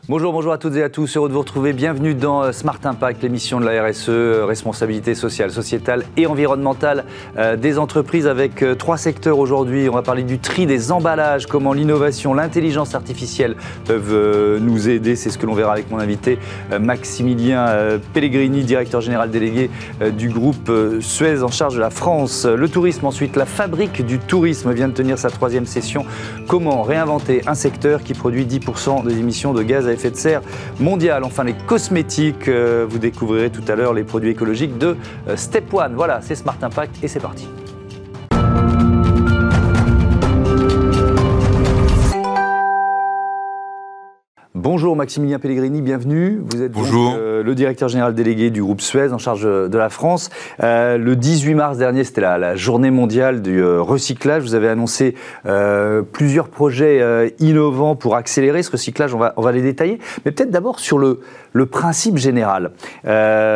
Bonjour à toutes et à tous, heureux de vous retrouver. Bienvenue dans Smart Impact, l'émission de la RSE, responsabilité sociale, sociétale et environnementale des entreprises avec trois secteurs aujourd'hui. On va parler du tri des emballages, comment l'innovation, l'intelligence artificielle peuvent nous aider. C'est ce que l'on verra avec mon invité Maximilien Pellegrini, directeur général délégué du groupe Suez en charge de la France. Le tourisme ensuite, la fabrique du tourisme vient de tenir sa troisième session. Comment réinventer un secteur qui produit 10% des émissions de gaz à effet de serre mondial. Enfin, les cosmétiques, vous découvrirez tout à l'heure les produits écologiques de Step One. Voilà, c'est Smart Impact et c'est parti. Bonjour Maximilien Pellegrini, bienvenue. Vous êtes donc, le directeur général délégué du groupe Suez en charge de la France. Le 18 mars dernier, c'était la journée mondiale du recyclage. Vous avez annoncé plusieurs projets innovants pour accélérer ce recyclage. On va les détailler. Mais peut-être d'abord sur le principe général. Il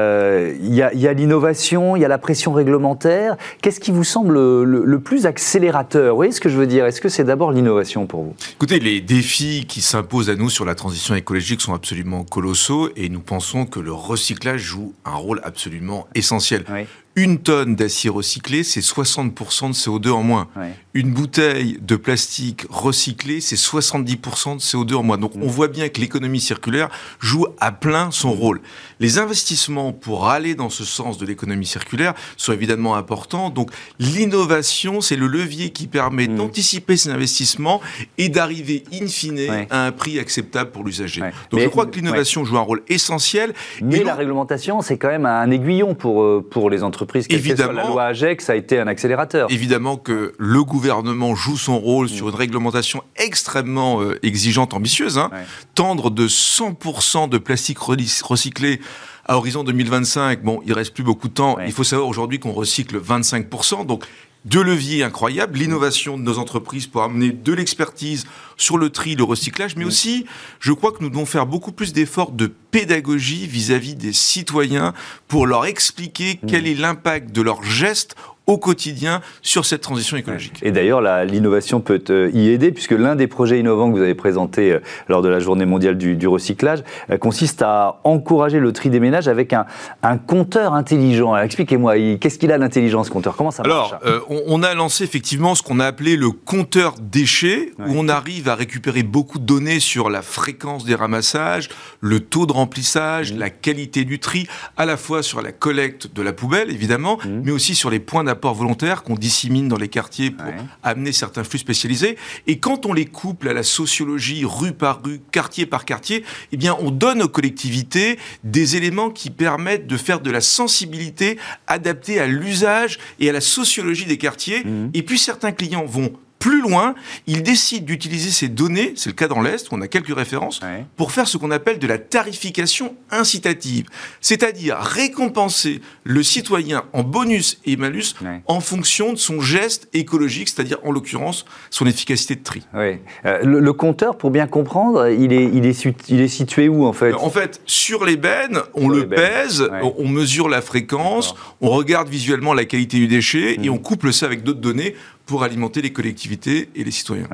y a l'innovation, il y a la pression réglementaire. Qu'est-ce qui vous semble le plus accélérateur ? Vous voyez ce que je veux dire ? Est-ce que c'est d'abord l'innovation pour vous ? Écoutez, les défis qui s'imposent à nous sur la transition écologique sont absolument colossaux et nous pensons que le recyclage joue un rôle absolument essentiel. Oui. Une tonne d'acier recyclé, c'est 60% de CO2 en moins. Oui. Une bouteille de plastique recyclée, c'est 70% de CO2 en moins. Donc on voit bien que l'économie circulaire joue à plein son rôle. Les investissements pour aller dans ce sens de l'économie circulaire sont évidemment importants. Donc l'innovation, c'est le levier qui permet d'anticiper ces investissements et d'arriver in fine à un prix acceptable pour l'usager. Donc je crois que l'innovation joue un rôle essentiel. Mais la réglementation, c'est quand même un aiguillon pour les entreprises. Évidemment, la loi AGEC, ça a été un accélérateur. Évidemment que le gouvernement joue son rôle sur une réglementation extrêmement exigeante, ambitieuse. Tendre de 100% de plastique recyclé à horizon 2025, bon, il reste plus beaucoup de temps. Il faut savoir aujourd'hui qu'on recycle 25%. Donc, deux leviers incroyables, l'innovation de nos entreprises pour amener de l'expertise sur le tri, le recyclage, mais aussi, je crois que nous devons faire beaucoup plus d'efforts de pédagogie vis-à-vis des citoyens pour leur expliquer quel est l'impact de leurs gestes au quotidien sur cette transition écologique. Et d'ailleurs, l'innovation peut y aider, puisque l'un des projets innovants que vous avez présenté lors de la journée mondiale du recyclage consiste à encourager le tri des ménages avec un compteur intelligent. Alors, expliquez-moi, qu'est-ce qu'il a l'intelligence, ce compteur ? Comment ça marche ? Alors, on a lancé effectivement ce qu'on a appelé le compteur déchets, où on arrive à récupérer beaucoup de données sur la fréquence des ramassages, le taux de remplissage, la qualité du tri, à la fois sur la collecte de la poubelle, évidemment, mais aussi sur les points d'apport volontaires qu'on dissémine dans les quartiers pour amener certains flux spécialisés. Et quand on les couple à la sociologie rue par rue, quartier par quartier, eh bien, on donne aux collectivités des éléments qui permettent de faire de la sensibilité adaptée à l'usage et à la sociologie des quartiers. Et puis, certains clients vont plus loin, ils décident d'utiliser ces données, c'est le cas dans l'Est, où on a quelques références, pour faire ce qu'on appelle de la tarification incitative. C'est-à-dire récompenser le citoyen en bonus et malus en fonction de son geste écologique, c'est-à-dire en l'occurrence son efficacité de tri. Le compteur, pour bien comprendre, il est situé où en fait ? En fait, sur les bennes, on le pèse, on mesure la fréquence, on regarde visuellement la qualité du déchet et on couple ça avec d'autres données pour alimenter les collectivités et les citoyens.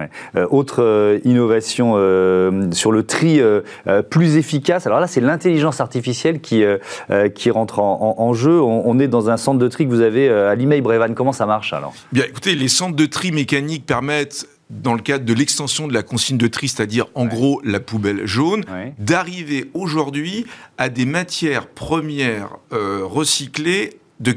Autre innovation sur le tri plus efficace, alors là c'est l'intelligence artificielle qui rentre en jeu. On est dans un centre de tri que vous avez à Limeil-Brévannes. Comment ça marche alors ? Bien, écoutez, les centres de tri mécaniques permettent, dans le cadre de l'extension de la consigne de tri, c'est-à-dire en gros la poubelle jaune, d'arriver aujourd'hui à des matières premières recyclées de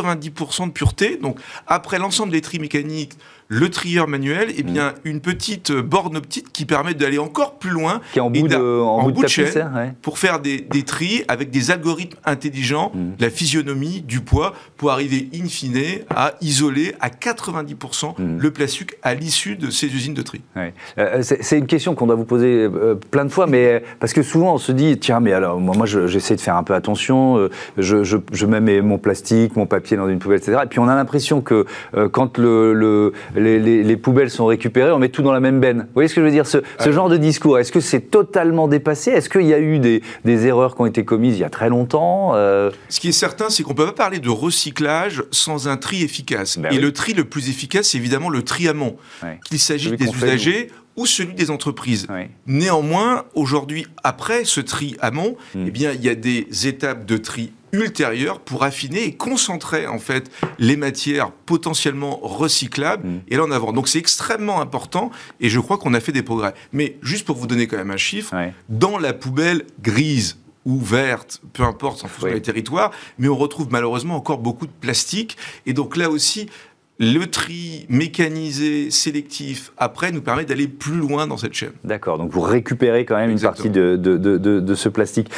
90% de pureté. Donc, après l'ensemble des tris mécaniques, le trieur manuel, eh bien, une petite borne optique qui permet d'aller encore plus loin. Qui est en bout de chaîne, pour faire des tris avec des algorithmes intelligents, la physionomie, du poids, pour arriver in fine à isoler à 90% le plastique à l'issue de ces usines de tri. C'est une question qu'on doit vous poser plein de fois, mais parce que souvent on se dit, tiens, mais alors moi j'essaie de faire un peu attention, je mets mon plastique, mon papier dans une poubelle, etc. Et puis on a l'impression que quand les poubelles sont récupérées, on met tout dans la même benne. Vous voyez ce que je veux dire, ce genre de discours, est-ce que c'est totalement dépassé? Est-ce qu'il y a eu des erreurs qui ont été commises il y a très longtemps? Ce qui est certain, c'est qu'on ne peut pas parler de recyclage sans un tri efficace. Et le tri le plus efficace, c'est évidemment le tri amont, qu'il s'agisse des usagers ou celui des entreprises. Néanmoins, aujourd'hui, après ce tri amont, eh bien, il y a des étapes de tri ultérieures pour affiner et concentrer en fait les matières potentiellement recyclables et là en avant. Donc c'est extrêmement important et je crois qu'on a fait des progrès. Mais juste pour vous donner quand même un chiffre, dans la poubelle grise ou verte, peu importe en fonction des territoires, mais on retrouve malheureusement encore beaucoup de plastique et donc là aussi le tri mécanisé, sélectif, après, nous permet d'aller plus loin dans cette chaîne. D'accord, donc vous récupérez quand même une partie de ce plastique.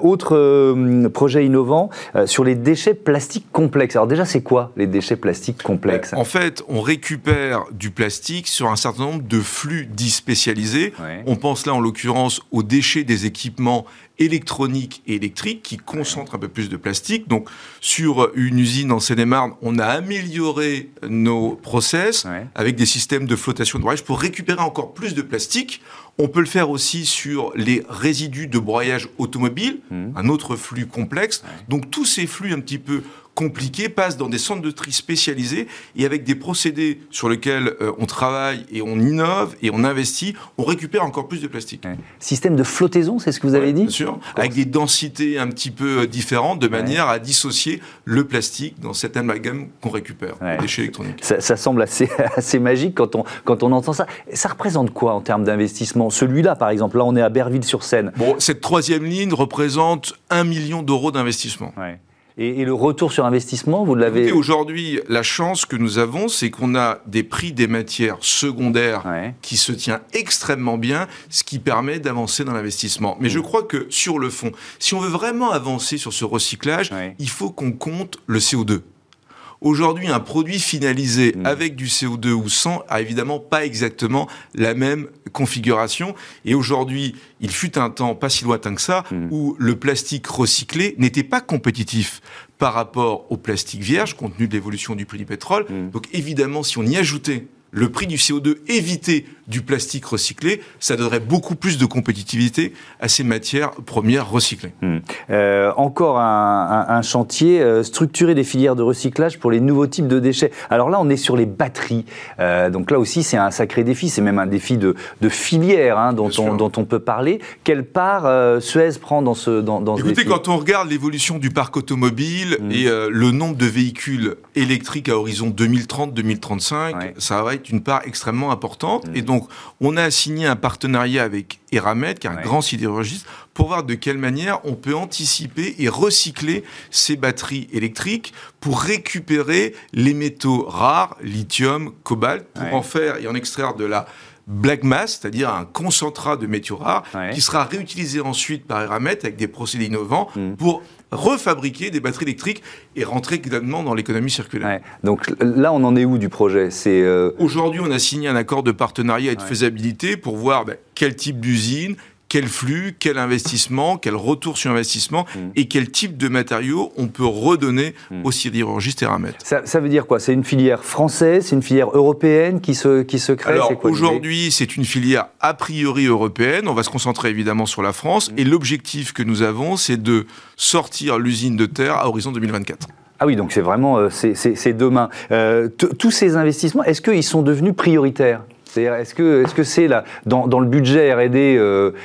Autre projet innovant, sur les déchets plastiques complexes. Alors déjà, c'est quoi les déchets plastiques complexes? En fait, on récupère du plastique sur un certain nombre de flux dits spécialisés. On pense là, en l'occurrence, aux déchets des équipements électroniques et électriques qui concentrent un peu plus de plastique. Donc, sur une usine en Seine-et-Marne, on a amélioré nos process avec des systèmes de flottation de broyage pour récupérer encore plus de plastique. On peut le faire aussi sur les résidus de broyage automobile, un autre flux complexe. Donc, tous ces flux un petit peu compliqués passent dans des centres de tri spécialisés et avec des procédés sur lesquels on travaille et on innove et on investit, on récupère encore plus de plastique. Système de flottaison, c'est ce que vous avez dit? Bien sûr, avec des densités un petit peu différentes de manière à dissocier le plastique dans cet amalgame qu'on récupère, les déchets électroniques. Ça semble assez magique quand on entend ça. Ça représente quoi en termes d'investissement? Celui-là, par exemple, là on est à Berville-sur-Seine. Bon, cette troisième ligne représente 1 million d'euros d'investissement. Et le retour sur investissement, vous l'avez... Aujourd'hui, la chance que nous avons, c'est qu'on a des prix des matières secondaires qui se tient extrêmement bien, ce qui permet d'avancer dans l'investissement. Mais je crois que sur le fond, si on veut vraiment avancer sur ce recyclage, il faut qu'on compte le CO2. Aujourd'hui, un produit finalisé avec du CO2 ou sans a évidemment pas exactement la même configuration. Et aujourd'hui, il fut un temps, pas si lointain que ça, où le plastique recyclé n'était pas compétitif par rapport au plastique vierge, compte tenu de l'évolution du prix du pétrole. Donc évidemment, si on y ajoutait le prix du CO2 évité du plastique recyclé, ça donnerait beaucoup plus de compétitivité à ces matières premières recyclées. Encore un chantier, structurer des filières de recyclage pour les nouveaux types de déchets. Alors là, on est sur les batteries. Donc là aussi, c'est un sacré défi. C'est même un défi de filière dont on peut parler. Quelle part Suez prend dans ce défi? Écoutez, quand on regarde l'évolution du parc automobile et le nombre de véhicules électriques à horizon 2030-2035, ça va être une part extrêmement importante. Et donc, on a signé un partenariat avec Eramet, qui est un grand sidérurgiste, pour voir de quelle manière on peut anticiper et recycler ces batteries électriques pour récupérer les métaux rares, lithium, cobalt, pour en faire et en extraire de la black mass, c'est-à-dire un concentrat de métaux rares, qui sera réutilisé ensuite par Eramet avec des procédés innovants pour refabriquer des batteries électriques et rentrer également dans l'économie circulaire. Donc là, on en est où du projet? Aujourd'hui, on a signé un accord de partenariat et de faisabilité pour voir quel type d'usine, quel flux, quel investissement, quel retour sur investissement et quel type de matériaux on peut redonner aux sidérurgistes Eramet. Ça veut dire quoi? C'est une filière française, c'est une filière européenne qui se crée? Alors aujourd'hui, c'est une filière a priori européenne. On va se concentrer évidemment sur la France et l'objectif que nous avons, c'est de sortir l'usine de terre à horizon 2024. Ah oui, donc c'est vraiment c'est demain. Tous ces investissements, est-ce qu'ils sont devenus prioritaires? C'est-à-dire, est-ce que c'est là, dans le budget R&D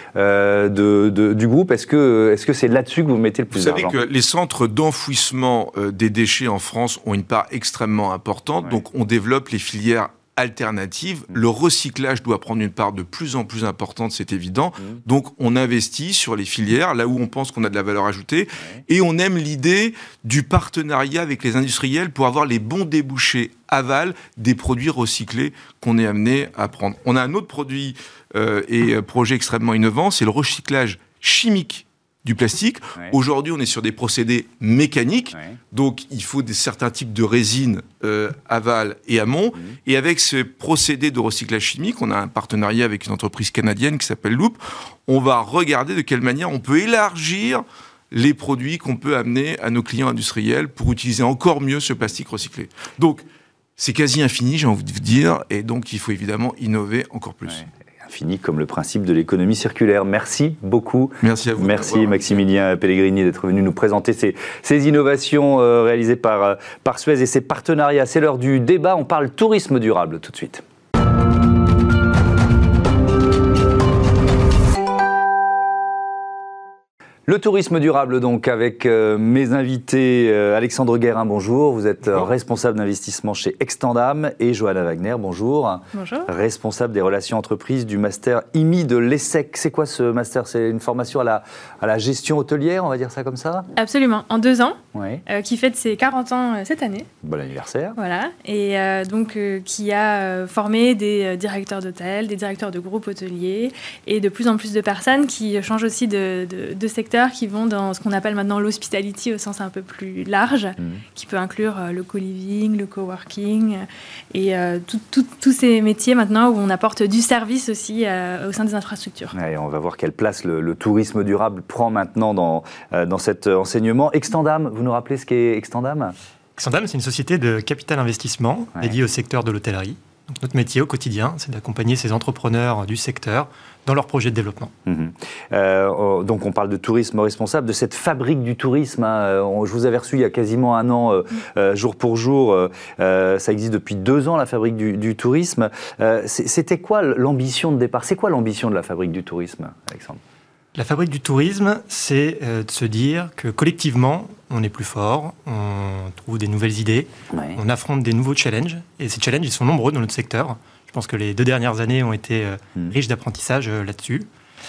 du groupe, est-ce que c'est là-dessus que vous mettez le plus d'argent? Vous savez que les centres d'enfouissement des déchets en France ont une part extrêmement importante, donc on développe les filières alternatives. Le recyclage doit prendre une part de plus en plus importante, c'est évident. Donc, on investit sur les filières, là où on pense qu'on a de la valeur ajoutée. Et on aime l'idée du partenariat avec les industriels pour avoir les bons débouchés aval des produits recyclés qu'on est amené à prendre. On a un autre produit et projet extrêmement innovant, c'est le recyclage chimique du plastique. Aujourd'hui, on est sur des procédés mécaniques, donc il faut certains types de résines aval et amont. Et avec ce procédé de recyclage chimique, on a un partenariat avec une entreprise canadienne qui s'appelle Loop. On va regarder de quelle manière on peut élargir les produits qu'on peut amener à nos clients industriels pour utiliser encore mieux ce plastique recyclé. Donc, C'est quasi infini, j'ai envie de vous dire, et donc il faut évidemment innover encore plus. Ouais. Infini comme le principe de l'économie circulaire. Merci beaucoup. Merci à vous. Merci Maximilien Pellegrini d'être venu nous présenter ces innovations réalisées par Suez et ses partenariats. C'est l'heure du débat, on parle tourisme durable tout de suite. Le tourisme durable, donc, avec mes invités. Alexandre Guérin, bonjour. Vous êtes responsable d'investissement chez Extendam. Et Johanna Wagner, bonjour. Bonjour. Responsable des relations entreprises du master IMI de l'ESSEC. C'est quoi ce master? C'est une formation à la gestion hôtelière, on va dire ça comme ça? Absolument, en 2 ans, Oui. qui fête ses 40 ans cette année. Bon anniversaire. Voilà, et donc qui a formé des directeurs d'hôtels, des directeurs de groupes hôteliers, et de plus en plus de personnes qui changent aussi de secteur, qui vont dans ce qu'on appelle maintenant l'hospitality au sens un peu plus large, qui peut inclure le co-living, le coworking, et tous ces métiers maintenant où on apporte du service aussi au sein des infrastructures. Ouais, on va voir quelle place le tourisme durable prend maintenant dans cet enseignement. Extendam, vous nous rappelez ce qu'est Extendam? Extendam, c'est une société de capital investissement dédiée au secteur de l'hôtellerie. Donc, notre métier au quotidien, c'est d'accompagner ces entrepreneurs du secteur dans leurs projets de développement. Donc on parle de tourisme responsable, de cette fabrique du tourisme. Je vous avais reçu il y a quasiment 1 an, jour pour jour. Ça existe depuis 2 ans, la fabrique du tourisme. C'était quoi l'ambition de départ? C'est quoi l'ambition de la fabrique du tourisme, Alexandre? La fabrique du tourisme, c'est de se dire que collectivement, on est plus fort, on trouve des nouvelles idées, on affronte des nouveaux challenges. Et ces challenges, ils sont nombreux dans notre secteur. Je pense que les 2 dernières années ont été riches d'apprentissage là-dessus.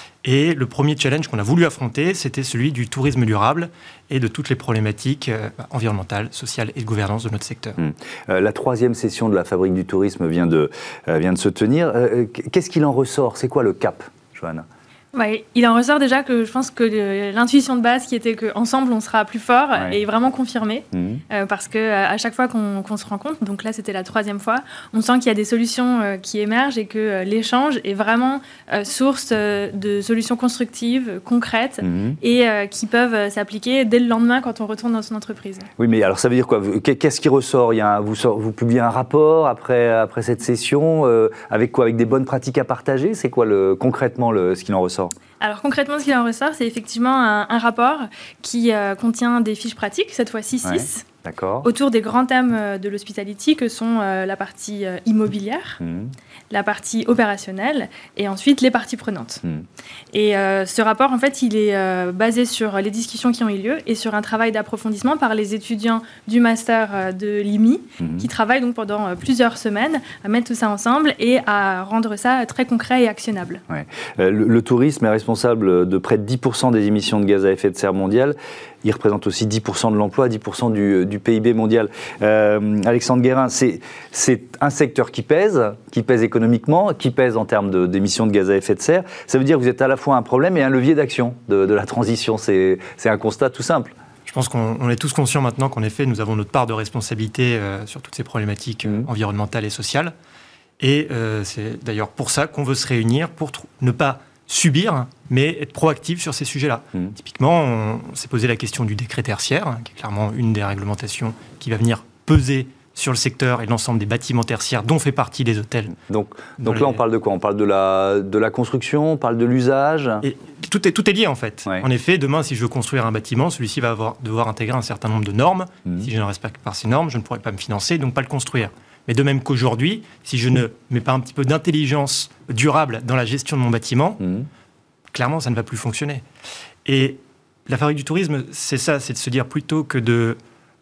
Et le premier challenge qu'on a voulu affronter, c'était celui du tourisme durable et de toutes les problématiques environnementales, sociales et de gouvernance de notre secteur. La 3e session de la fabrique du tourisme vient de se tenir. Qu'est-ce qu'il en ressort? C'est quoi le cap, Johanna? Ouais, il en ressort déjà que je pense que l'intuition de base qui était qu'ensemble on sera plus fort est vraiment confirmée parce qu'à chaque fois qu'on se rencontre, donc là c'était la 3e fois, on sent qu'il y a des solutions qui émergent et que l'échange est vraiment source de solutions constructives, concrètes et qui peuvent s'appliquer dès le lendemain quand on retourne dans son entreprise. Oui, mais alors ça veut dire quoi? Qu'est-ce qui ressort? Vous publiez un rapport après cette session avec quoi? Avec des bonnes pratiques à partager? C'est quoi concrètement ce qu'il en ressort? Alors concrètement, ce qu'il en ressort, c'est effectivement un rapport qui contient des fiches pratiques, cette fois-ci 6, autour des grands thèmes de l'hospitality que sont la partie immobilière, la partie opérationnelle et ensuite les parties prenantes. Et ce rapport, en fait, il est basé sur les discussions qui ont eu lieu et sur un travail d'approfondissement par les étudiants du master de l'IMI qui travaillent donc pendant plusieurs semaines à mettre tout ça ensemble et à rendre ça très concret et actionnable. Ouais. Le tourisme est responsable de près de 10% des émissions de gaz à effet de serre mondiales. Il représente aussi 10% de l'emploi, 10% du PIB mondial. Alexandre Guérin, c'est un secteur qui pèse économiquement, qui pèse en termes d'émissions de gaz à effet de serre. Ça veut dire que vous êtes à la fois un problème et un levier d'action de la transition. C'est un constat tout simple. Je pense qu'on est tous conscients maintenant qu'en effet, nous avons notre part de responsabilité sur toutes ces problématiques environnementales et sociales. Et c'est d'ailleurs pour ça qu'on veut se réunir, pour ne pas subir, mais être proactif sur ces sujets-là. Typiquement, on s'est posé la question du décret tertiaire, qui est clairement une des réglementations qui va venir peser sur le secteur et l'ensemble des bâtiments tertiaires dont fait partie les hôtels. Donc là, on parle de quoi? On parle de la construction, on parle de l'usage? Et tout est lié, en fait. Ouais. En effet, demain, si je veux construire un bâtiment, celui-ci va devoir intégrer un certain nombre de normes. Si je ne respecte pas ces normes, je ne pourrai pas me financer, donc pas le construire. Mais de même qu'aujourd'hui, si je ne mets pas un petit peu d'intelligence durable dans la gestion de mon bâtiment, clairement, ça ne va plus fonctionner. Et la fabrique du tourisme, c'est ça, c'est de se dire plutôt que de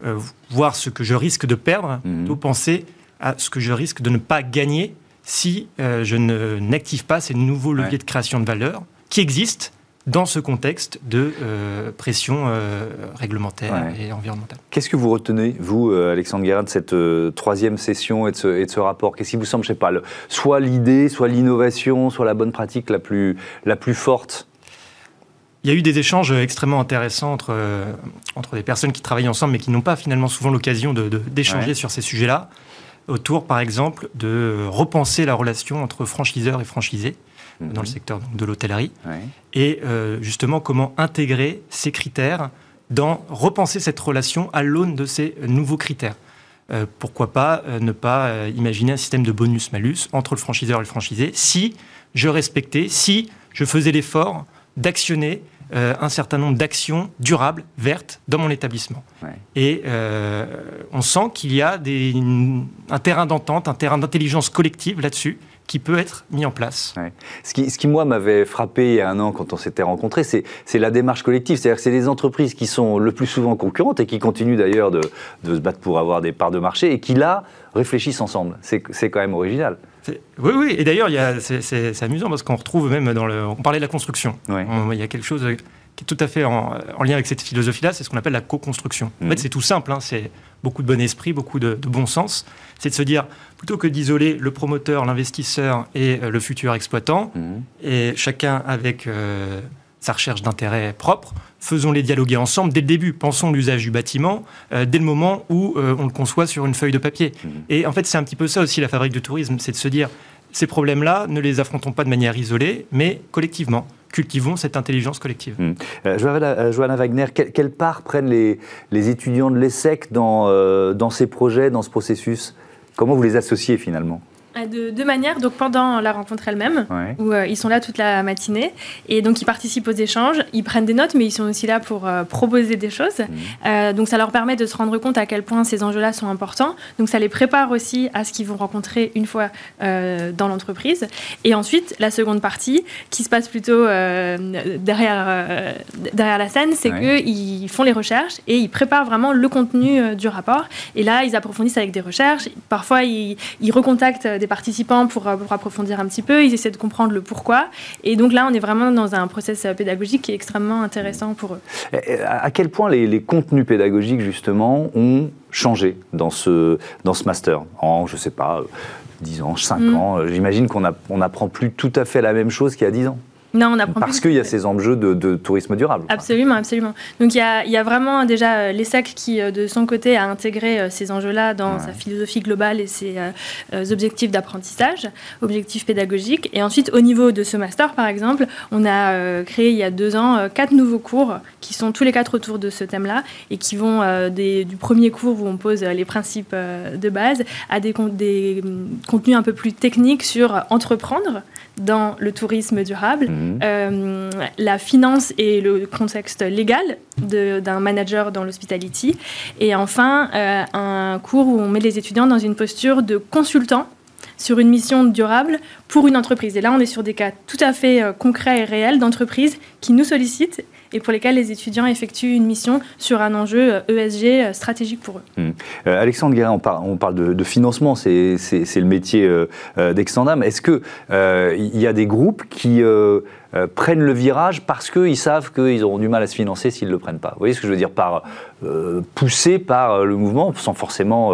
voir ce que je risque de perdre, plutôt penser à ce que je risque de ne pas gagner si je n'active pas ces nouveaux leviers de création de valeur qui existent dans ce contexte de pression réglementaire et environnementale. Qu'est-ce que vous retenez, vous, Alexandre Guérin, de cette 3e session et de ce rapport? Qu'est-ce qui vous semble, je ne sais pas, soit l'idée, soit l'innovation, soit la bonne pratique la plus forte? Il y a eu des échanges extrêmement intéressants entre des personnes qui travaillent ensemble mais qui n'ont pas finalement souvent l'occasion d'échanger sur ces sujets-là, autour, par exemple, de repenser la relation entre franchiseurs et franchisés dans le secteur de l'hôtellerie, et justement comment intégrer ces critères repenser cette relation à l'aune de ces nouveaux critères. pourquoi pas ne pas imaginer un système de bonus-malus entre le franchiseur et le franchisé si je respectais, si je faisais l'effort d'actionner un certain nombre d'actions durables, vertes, dans mon établissement. Ouais. Et on sent qu'il y a un terrain d'entente, un terrain d'intelligence collective là-dessus, qui peut être mis en place. Ouais. Ce qui, moi, m'avait frappé il y a un an quand on s'était rencontrés, c'est la démarche collective. C'est-à-dire que c'est des entreprises qui sont le plus souvent concurrentes et qui continuent d'ailleurs de se battre pour avoir des parts de marché et qui, là, réfléchissent ensemble. C'est quand même original. Oui. Et d'ailleurs, c'est amusant parce qu'on retrouve même on parlait de la construction. Ouais. Il y a quelque chose qui est tout à fait en lien avec cette philosophie-là, c'est ce qu'on appelle la co-construction. En fait, c'est tout simple, c'est beaucoup de bon esprit, beaucoup de bon sens. C'est de se dire, plutôt que d'isoler le promoteur, l'investisseur et le futur exploitant, et chacun avec sa recherche d'intérêt propre, faisons-les dialoguer ensemble dès le début. Pensons l'usage du bâtiment dès le moment où on le conçoit sur une feuille de papier. Et en fait, c'est un petit peu ça aussi la fabrique du tourisme, c'est de se dire, ces problèmes-là, ne les affrontons pas de manière isolée, mais collectivement. Cultivons cette intelligence collective. Johanna Wagner, quelle part prennent les étudiants de l'ESSEC dans ces projets, dans ce processus ? Comment vous les associez finalement ? De deux manières, donc pendant la rencontre elle-même, où ils sont là toute la matinée, et donc ils participent aux échanges, ils prennent des notes, mais ils sont aussi là pour proposer des choses. Donc ça leur permet de se rendre compte à quel point ces enjeux-là sont importants. Donc ça les prépare aussi à ce qu'ils vont rencontrer une fois dans l'entreprise. Et ensuite, la seconde partie, qui se passe plutôt derrière la scène, c'est qu'ils font les recherches et ils préparent vraiment le contenu du rapport. Et là, ils approfondissent avec des recherches. Parfois, ils recontactent des participants pour approfondir un petit peu, ils essaient de comprendre le pourquoi. Et donc là, on est vraiment dans un process pédagogique qui est extrêmement intéressant pour eux. À quel point les contenus pédagogiques, justement, ont changé dans ce master en, je ne sais pas, 10 ans, 5 ans? J'imagine qu'on n'apprend plus tout à fait la même chose qu'il y a 10 ans. Non, on apprend parce qu'il y a ces enjeux de tourisme durable. Absolument, absolument. Donc il y a vraiment déjà l'ESSEC qui, de son côté, a intégré ces enjeux-là dans sa philosophie globale et ses objectifs d'apprentissage, objectifs pédagogiques. Et ensuite, au niveau de ce master, par exemple, on a créé il y a 2 ans 4 nouveaux cours qui sont tous les 4 autour de ce thème-là et qui vont du premier cours où on pose les principes de base à des contenus un peu plus techniques sur entreprendre dans le tourisme durable, la finance et le contexte légal d'un manager dans l'hospitality, et enfin un cours où on met les étudiants dans une posture de consultant sur une mission durable pour une entreprise. Et là, on est sur des cas tout à fait concrets et réels d'entreprises qui nous sollicitent et pour lesquels les étudiants effectuent une mission sur un enjeu ESG stratégique pour eux. Alexandre Guérin, on parle de financement, c'est le métier d'Extendam. Est-ce qu'il y a des groupes qui prennent le virage parce qu'ils savent qu'ils auront du mal à se financer s'ils ne le prennent pas? Vous voyez ce que je veux dire, poussé par le mouvement, sans forcément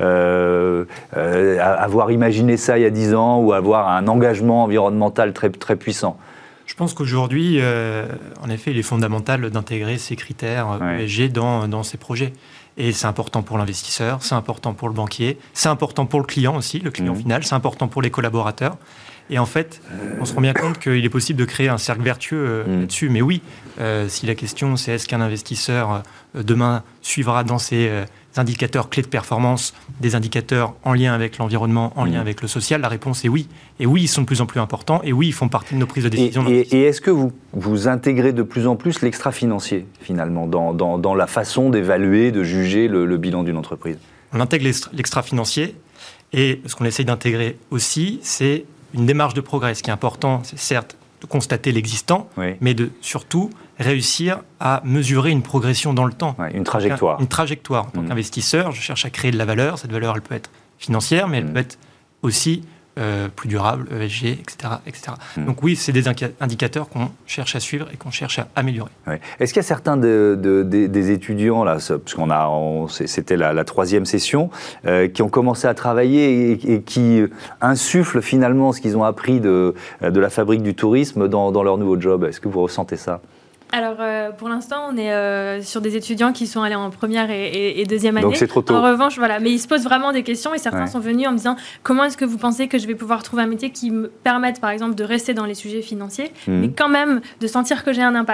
avoir imaginé ça il y a 10 ans ou avoir un engagement environnemental très, très puissant? Je pense qu'aujourd'hui, en effet, il est fondamental d'intégrer ces critères ESG dans ces projets. Et c'est important pour l'investisseur, c'est important pour le banquier, c'est important pour le client aussi, le client final, c'est important pour les collaborateurs. Et en fait, on se rend bien compte qu'il est possible de créer un cercle vertueux là-dessus. Mais oui, si la question c'est est-ce qu'un investisseur demain suivra dans ses indicateurs clés de performance des indicateurs en lien avec l'environnement, en lien avec le social, la réponse est oui. Et oui, ils sont de plus en plus importants, et oui, ils font partie de nos prises de décision. Et est-ce que vous intégrez de plus en plus l'extra-financier, finalement, dans la façon d'évaluer, de juger le bilan d'une entreprise? On intègre l'extra-financier, et ce qu'on essaye d'intégrer aussi, c'est une démarche de progrès. Ce qui est important, c'est certes de constater l'existant, mais de surtout réussir à mesurer une progression dans le temps. Une trajectoire. Une trajectoire. En tant qu'investisseur, je cherche à créer de la valeur. Cette valeur, elle peut être financière, mais elle peut être aussi plus durable, ESG, etc. etc. Donc oui, c'est des indicateurs qu'on cherche à suivre et qu'on cherche à améliorer. Est-ce qu'il y a certains des étudiants, là, parce c'était la 3e session, qui ont commencé à travailler et qui insufflent finalement ce qu'ils ont appris de la fabrique du tourisme dans leur nouveau job? Est-ce que vous ressentez ça? Alors, pour l'instant, on est sur des étudiants qui sont allés en première et deuxième année. Donc, c'est trop tôt. En revanche, voilà. Mais ils se posent vraiment des questions et certains sont venus en me disant comment est-ce que vous pensez que je vais pouvoir trouver un métier qui me permette, par exemple, de rester dans les sujets financiers, mais quand même de sentir que j'ai un impact.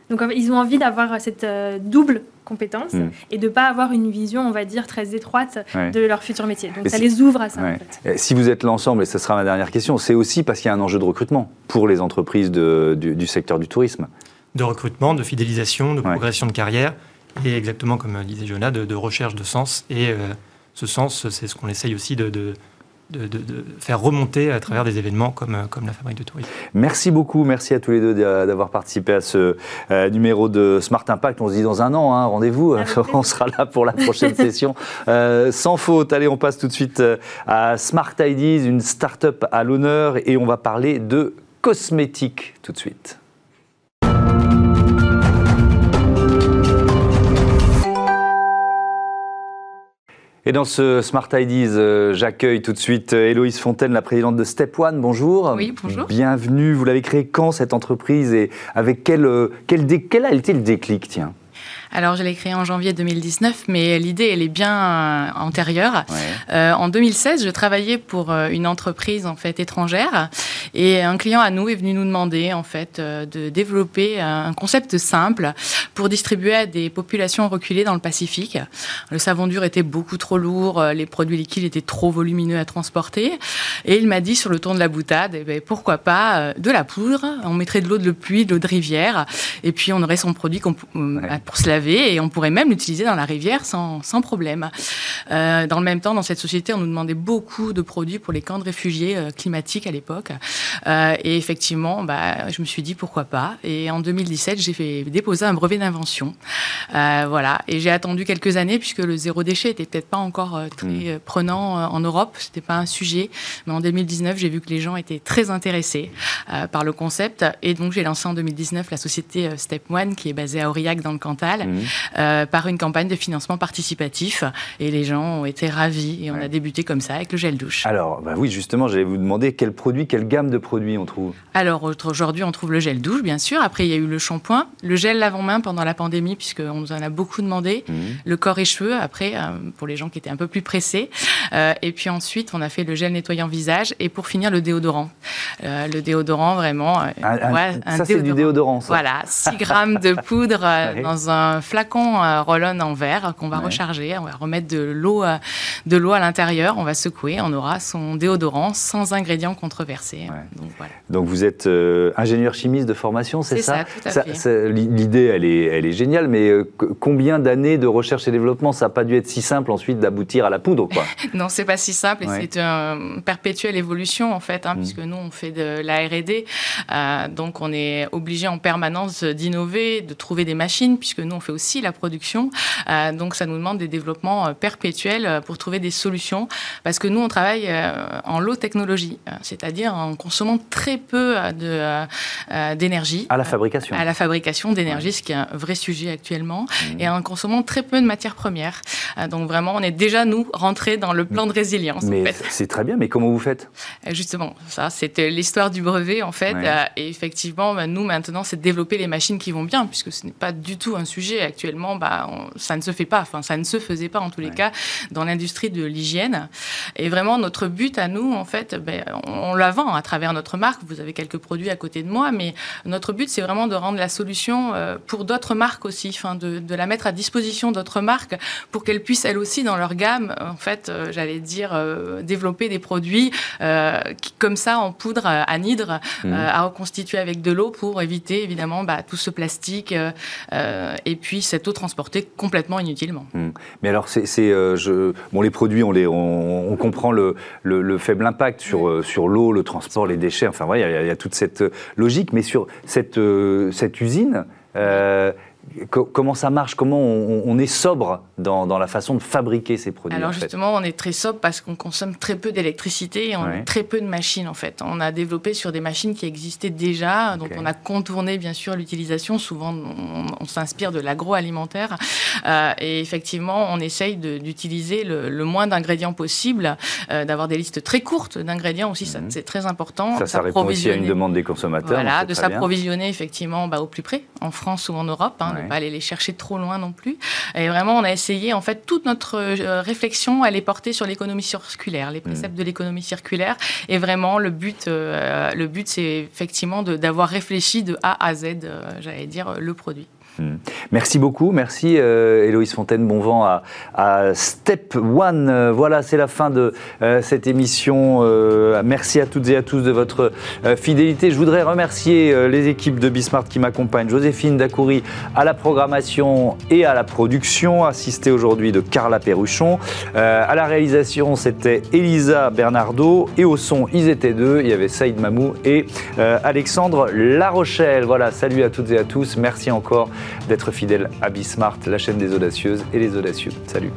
Donc ils ont envie d'avoir cette double compétence et de ne pas avoir une vision, on va dire, très étroite de leur futur métier. Donc ça les ouvre à ça. En fait. Si vous êtes là ensemble, et ce sera ma dernière question, c'est aussi parce qu'il y a un enjeu de recrutement pour les entreprises du secteur du tourisme. De recrutement, de fidélisation, de progression de carrière et exactement comme disait Jonas, de recherche de sens. Et ce sens, c'est ce qu'on essaye aussi de faire remonter à travers des événements comme la Fabrique de tourisme. Merci beaucoup, merci à tous les deux d'avoir participé à ce numéro de Smart Impact. On se dit dans un an, rendez-vous, on sera là pour la prochaine session. Sans faute, allez, on passe tout de suite à Smart Ideas, une start-up à l'honneur, et on va parler de cosmétiques tout de suite. Et dans ce Smart Ideas, j'accueille tout de suite Héloïse Fontaine, la présidente de Step One. Bonjour. Oui, bonjour. Bienvenue. Vous l'avez créée quand, cette entreprise, et avec quel a été le déclic, tiens? Alors, je l'ai créée en janvier 2019, mais l'idée, elle est bien antérieure. En 2016, je travaillais pour une entreprise en fait étrangère, et un client à nous est venu nous demander en fait de développer un concept simple pour distribuer à des populations reculées dans le Pacifique. Le savon dur était beaucoup trop lourd, les produits liquides étaient trop volumineux à transporter, et il m'a dit sur le ton de la boutade, pourquoi pas de la poudre, on mettrait de l'eau de pluie, de l'eau de rivière, et puis on aurait son produit pour se laver, et on pourrait même l'utiliser dans la rivière sans problème. Dans le même temps, dans cette société, on nous demandait beaucoup de produits pour les camps de réfugiés climatiques à l'époque. Et effectivement, je me suis dit pourquoi pas. Et en 2017, j'ai déposé un brevet d'invention. Voilà. Et j'ai attendu quelques années puisque le zéro déchet était peut-être pas encore très prenant en Europe. C'était pas un sujet. Mais en 2019, j'ai vu que les gens étaient très intéressés par le concept. Et donc, j'ai lancé en 2019 la société Step One qui est basée à Aurillac dans le Cantal. Par une campagne de financement participatif, et les gens ont été ravis, et on a débuté comme ça avec le gel douche. Alors oui, justement, j'allais vous demander quel gamme de produits on trouve. Alors aujourd'hui, on trouve le gel douche, bien sûr. Après, il y a eu le shampoing, le gel lave-main pendant la pandémie, puisqu'on nous en a beaucoup demandé, le corps et cheveux, après, pour les gens qui étaient un peu plus pressés. Et puis ensuite, on a fait le gel nettoyant visage, et pour finir, le déodorant. Le déodorant, vraiment... ça, c'est du déodorant, ça. Voilà, 6 grammes de poudre dans un flacon roll-on en verre qu'on va recharger, on va remettre de l'eau à l'intérieur, on va secouer, on aura son déodorant sans ingrédients controversés. Donc vous êtes ingénieur chimiste de formation, c'est ça? C'est ça, tout à fait. L'idée, elle est géniale, mais combien d'années de recherche et développement? Ça n'a pas dû être si simple ensuite d'aboutir à la poudre, quoi. Non, c'est pas si simple, et c'est une perpétuelle évolution en fait, puisque nous on fait de la R&D, donc on est obligé en permanence d'innover, de trouver des machines, puisque nous on fait aussi la production, donc ça nous demande des développements perpétuels pour trouver des solutions, parce que nous on travaille en low technologie, c'est-à-dire en consommant très peu d'énergie. À la fabrication. À la fabrication d'énergie, ce qui est un vrai sujet actuellement, et en consommant très peu de matières premières. Donc vraiment, on est déjà, nous, rentrés dans le plan de résilience. Mais en fait. C'est très bien, mais comment vous faites? Justement, ça, c'était l'histoire du brevet, en fait. Et effectivement, nous, maintenant, c'est de développer les machines qui vont bien, puisque ce n'est pas du tout un sujet. Actuellement, ça ne se fait pas, enfin, ça ne se faisait pas, en tous les cas, dans l'industrie de l'hygiène. Et vraiment, notre but à nous, en fait, on la vend à travers notre marque. Vous avez quelques produits à côté de moi, mais notre but, c'est vraiment de rendre la solution pour d'autres marques aussi, enfin, de la mettre à disposition d'autres marques pour qu'elles puissent, elles aussi, dans leur gamme, en fait, j'allais dire, développer des produits qui, comme ça, en poudre anhydre, à reconstituer avec de l'eau pour éviter, évidemment, tout ce plastique et puis cette eau transportée complètement inutilement. Mais alors, les produits, on comprend le faible impact sur l'eau, le transport, les déchets, enfin, il y a toute cette logique, mais sur cette usine, comment ça marche? Comment on est sobre dans la façon de fabriquer ces produits? Alors justement, on est très sobre parce qu'on consomme très peu d'électricité et on a très peu de machines en fait. On a développé sur des machines qui existaient déjà, donc on a contourné bien sûr l'utilisation. Souvent, on s'inspire de l'agroalimentaire et effectivement, on essaye d'utiliser le moins d'ingrédients possible, d'avoir des listes très courtes d'ingrédients aussi, ça c'est très important. Ça répond aussi à une demande des consommateurs. Voilà, de s'approvisionner effectivement au plus près, en France ou en Europe. pas aller les chercher trop loin non plus. Et vraiment, on a essayé, en fait, toute notre réflexion, elle est portée sur l'économie circulaire, les préceptes de l'économie circulaire. Et vraiment, le but, c'est effectivement d'avoir réfléchi de A à Z, j'allais dire, le produit. Merci beaucoup, merci Héloïse Fontaine, bon vent à Step One. Voilà, c'est la fin de cette émission. Merci à toutes et à tous de votre fidélité. Je voudrais remercier les équipes de Bismart qui m'accompagnent. Joséphine Dacoury à la programmation et à la production, assistée aujourd'hui de Carla Perruchon. À la réalisation, c'était Elisa Bernardo et au son, ils étaient deux. Il y avait Saïd Mamou et Alexandre Larochelle. Voilà, salut à toutes et à tous. Merci encore d'être fidèle à Bismart, la chaîne des audacieuses et les audacieux. Salut.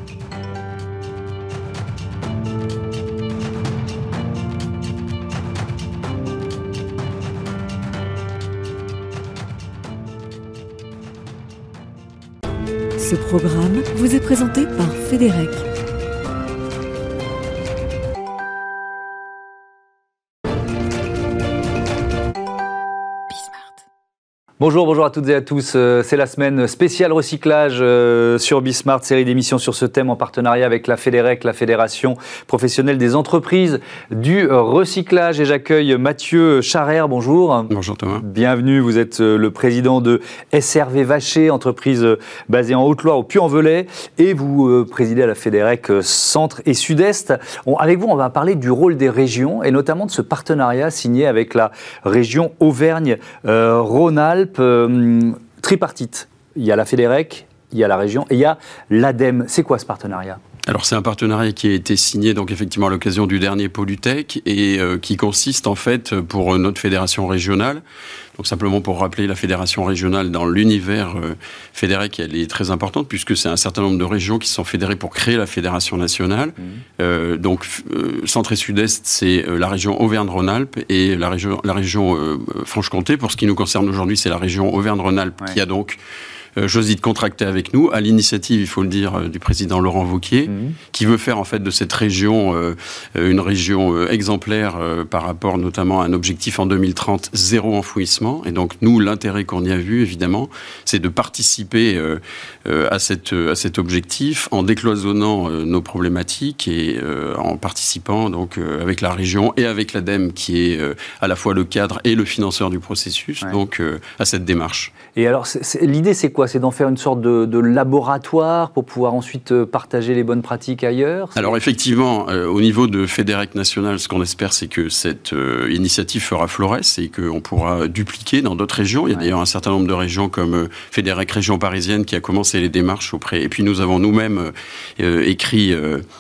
Ce programme vous est présenté par Fédérec. Bonjour à toutes et à tous. C'est la semaine spéciale recyclage sur Bismart, série d'émissions sur ce thème en partenariat avec la Fédérec, la Fédération professionnelle des entreprises du recyclage. Et j'accueille Mathieu Charrère. Bonjour. Bonjour Thomas. Bienvenue. Vous êtes le président de SRV Vacher, entreprise basée en Haute-Loire au Puy-en-Velay, et vous présidez à la Fédérec Centre et Sud-Est. Avec vous, on va parler du rôle des régions et notamment de ce partenariat signé avec la région Auvergne-Rhône-Alpes. Tripartite. Il y a la Fédérec, il y a la région et il y a l'ADEME. C'est quoi ce partenariat ? Alors c'est un partenariat qui a été signé donc effectivement à l'occasion du dernier Polytech et qui consiste en fait pour notre fédération régionale. Donc simplement pour rappeler, la fédération régionale dans l'univers Fédérec, elle est très importante puisque c'est un certain nombre de régions qui sont fédérées pour créer la fédération nationale. Donc Centre et Sud-Est, c'est la région Auvergne-Rhône-Alpes et la région Franche-Comté. Pour ce qui nous concerne aujourd'hui, c'est la région Auvergne-Rhône-Alpes qui a donc choisi de contracter avec nous, à l'initiative, il faut le dire, du président Laurent Wauquiez, qui veut faire en fait de cette région une région exemplaire par rapport notamment à un objectif en 2030, 0 enfouissement. Et donc nous, l'intérêt qu'on y a vu, évidemment, c'est de participer à cet objectif en décloisonnant nos problématiques et en participant donc avec la région et avec l'ADEME qui est à la fois le cadre et le financeur du processus, donc à cette démarche. Et alors, l'idée, c'est quoi ? C'est d'en faire une sorte de laboratoire pour pouvoir ensuite partager les bonnes pratiques ailleurs ? Alors effectivement, au niveau de Fédérec National, ce qu'on espère, c'est que cette initiative fera florès et qu'on pourra dupliquer dans d'autres régions. Il y a d'ailleurs un certain nombre de régions comme Fédérec Région Parisienne qui a commencé les démarches auprès. Et puis nous avons nous-mêmes écrit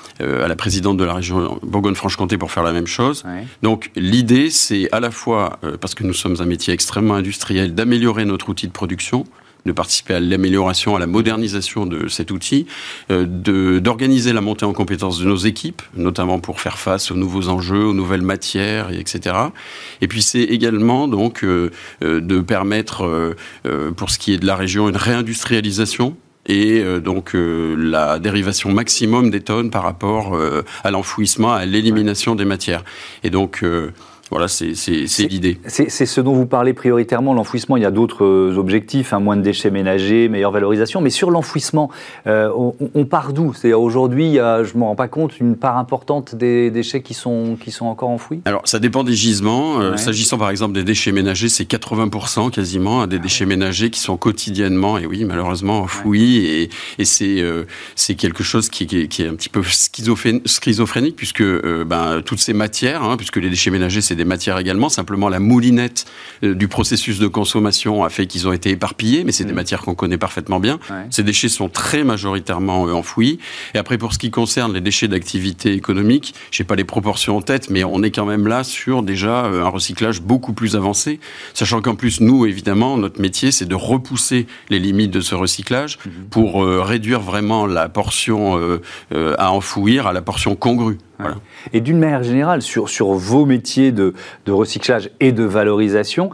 à la présidente de la région Bourgogne-Franche-Comté pour faire la même chose. Donc l'idée, c'est à la fois, parce que nous sommes un métier extrêmement industriel, d'améliorer notre outil de production, de participer à l'amélioration, à la modernisation de cet outil, d'organiser la montée en compétences de nos équipes, notamment pour faire face aux nouveaux enjeux, aux nouvelles matières, etc. Et puis c'est également donc de permettre, pour ce qui est de la région, une réindustrialisation et donc la dérivation maximum des tonnes par rapport à l'enfouissement, à l'élimination des matières. Et donc voilà, c'est l'idée. C'est ce dont vous parlez prioritairement, l'enfouissement. Il y a d'autres objectifs, moins de déchets ménagers, meilleure valorisation. Mais sur l'enfouissement, on part d'où ? C'est-à-dire aujourd'hui, il y a, je ne me rends pas compte, une part importante des déchets qui sont encore enfouis ? Alors, ça dépend des gisements. S'agissant par exemple des déchets ménagers, c'est 80% quasiment des déchets ménagers qui sont quotidiennement, et oui, malheureusement, enfouis. Et c'est quelque chose qui est un petit peu schizophrénique, puisque toutes ces matières, puisque les déchets ménagers, c'est des matières également, simplement la moulinette du processus de consommation a fait qu'ils ont été éparpillés, mais c'est des matières qu'on connaît parfaitement bien. Ces déchets sont très majoritairement enfouis. Et après, pour ce qui concerne les déchets d'activité économique, je n'ai pas les proportions en tête, mais on est quand même là sur déjà un recyclage beaucoup plus avancé, sachant qu'en plus, nous, évidemment, notre métier, c'est de repousser les limites de ce recyclage pour réduire vraiment la portion à enfouir à la portion congrue. Voilà. Et d'une manière générale, sur vos métiers de recyclage et de valorisation,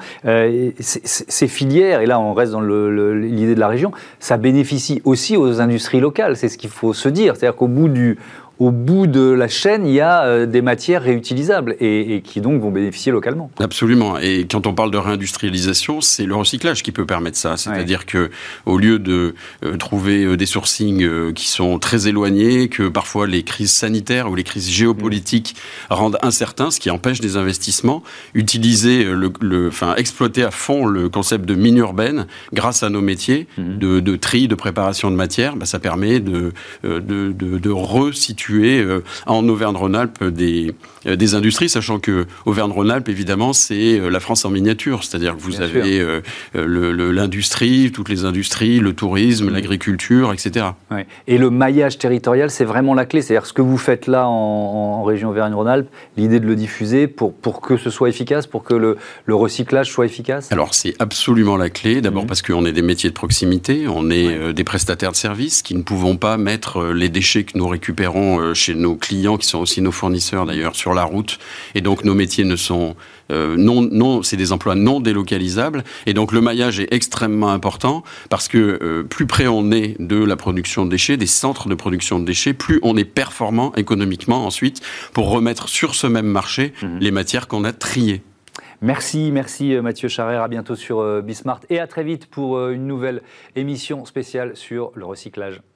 ces filières, et là on reste dans l'idée de la région, ça bénéficie aussi aux industries locales, c'est ce qu'il faut se dire. C'est-à-dire qu'au bout au bout de la chaîne, il y a des matières réutilisables et qui donc vont bénéficier localement. Absolument. Et quand on parle de réindustrialisation, c'est le recyclage qui peut permettre ça. C'est-à-dire que au lieu de trouver des sourcings qui sont très éloignés, que parfois les crises sanitaires ou les crises géopolitiques rendent incertains, ce qui empêche des investissements, utiliser exploiter à fond le concept de mine urbaine grâce à nos métiers de tri, de préparation de matière, ça permet de resituer en Auvergne-Rhône-Alpes des industries, sachant que Auvergne-Rhône-Alpes, évidemment, c'est la France en miniature. C'est-à-dire que vous avez l'industrie, toutes les industries, le tourisme, l'agriculture, etc. Ouais. Et le maillage territorial, c'est vraiment la clé. C'est-à-dire ce que vous faites là en région Auvergne-Rhône-Alpes, l'idée de le diffuser pour que ce soit efficace, pour que le recyclage soit efficace. Alors, c'est absolument la clé. D'abord parce qu'on est des métiers de proximité, on est des prestataires de services qui ne pouvons pas mettre les déchets que nous récupérons chez nos clients, qui sont aussi nos fournisseurs d'ailleurs, sur la route. Et donc, nos métiers ne sont c'est des emplois non délocalisables. Et donc, le maillage est extrêmement important parce que plus près on est de la production de déchets, des centres de production de déchets, plus on est performant économiquement ensuite pour remettre sur ce même marché les matières qu'on a triées. Merci Mathieu Scharrer, à bientôt sur Bismart et à très vite pour une nouvelle émission spéciale sur le recyclage.